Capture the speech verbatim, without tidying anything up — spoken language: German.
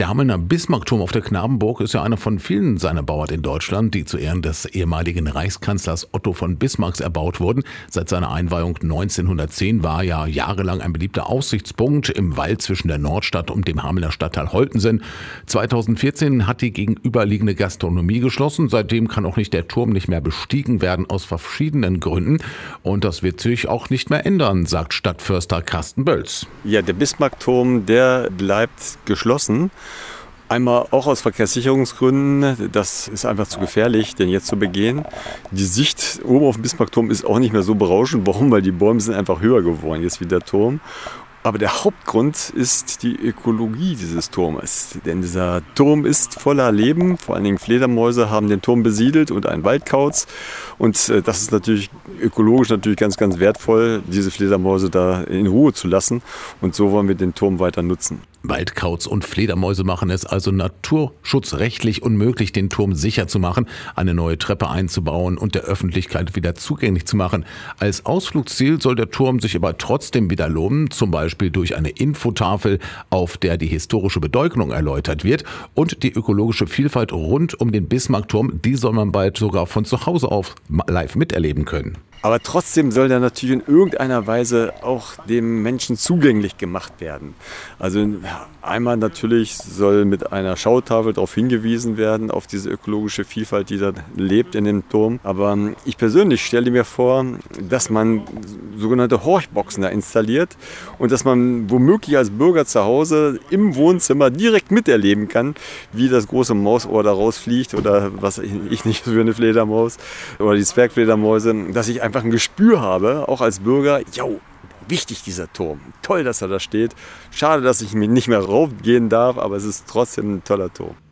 Der Hamelner Bismarckturm auf der Knabenburg ist ja einer von vielen seiner Bauart in Deutschland, die zu Ehren des ehemaligen Reichskanzlers Otto von Bismarcks erbaut wurden. Seit seiner Einweihung neunzehnhundertzehn war er ja jahrelang ein beliebter Aussichtspunkt im Wald zwischen der Nordstadt und dem Hamelner Stadtteil Holtensen. zweitausendvierzehn hat die gegenüberliegende Gastronomie geschlossen. Seitdem kann auch nicht der Turm nicht mehr bestiegen werden, aus verschiedenen Gründen. Und das wird sich auch nicht mehr ändern, sagt Stadtförster Carsten Bölz. Ja, der Bismarckturm, der bleibt geschlossen. Einmal auch aus Verkehrssicherungsgründen, das ist einfach zu gefährlich, den jetzt zu begehen. Die Sicht oben auf dem Bismarckturm ist auch nicht mehr so berauschend. Warum? Weil die Bäume sind einfach höher geworden, jetzt wie der Turm. Aber der Hauptgrund ist die Ökologie dieses Turmes. Denn dieser Turm ist voller Leben. Vor allen Dingen Fledermäuse haben den Turm besiedelt und ein Waldkauz. Und das ist natürlich ökologisch natürlich ganz, ganz wertvoll, diese Fledermäuse da in Ruhe zu lassen. Und so wollen wir den Turm weiter nutzen. Waldkauz und Fledermäuse machen es also naturschutzrechtlich unmöglich, den Turm sicher zu machen, eine neue Treppe einzubauen und der Öffentlichkeit wieder zugänglich zu machen. Als Ausflugsziel soll der Turm sich aber trotzdem wieder lohnen, zum Beispiel durch eine Infotafel, auf der die historische Bedeutung erläutert wird, und die ökologische Vielfalt rund um den Bismarckturm, die soll man bald sogar von zu Hause auf live miterleben können. Aber trotzdem soll der natürlich in irgendeiner Weise auch dem Menschen zugänglich gemacht werden. Also einmal natürlich soll mit einer Schautafel darauf hingewiesen werden, auf diese ökologische Vielfalt, die da lebt in dem Turm. Aber ich persönlich stelle mir vor, dass man sogenannte Horchboxen da installiert und dass man womöglich als Bürger zu Hause im Wohnzimmer direkt miterleben kann, wie das große Mausohr da rausfliegt oder was ich nicht für eine Fledermaus oder die Zwergfledermäuse, dass ich einfach ein Gespür habe, auch als Bürger, jo, wichtig dieser Turm, toll, dass er da steht. Schade, dass ich nicht mehr raufgehen darf, aber es ist trotzdem ein toller Turm.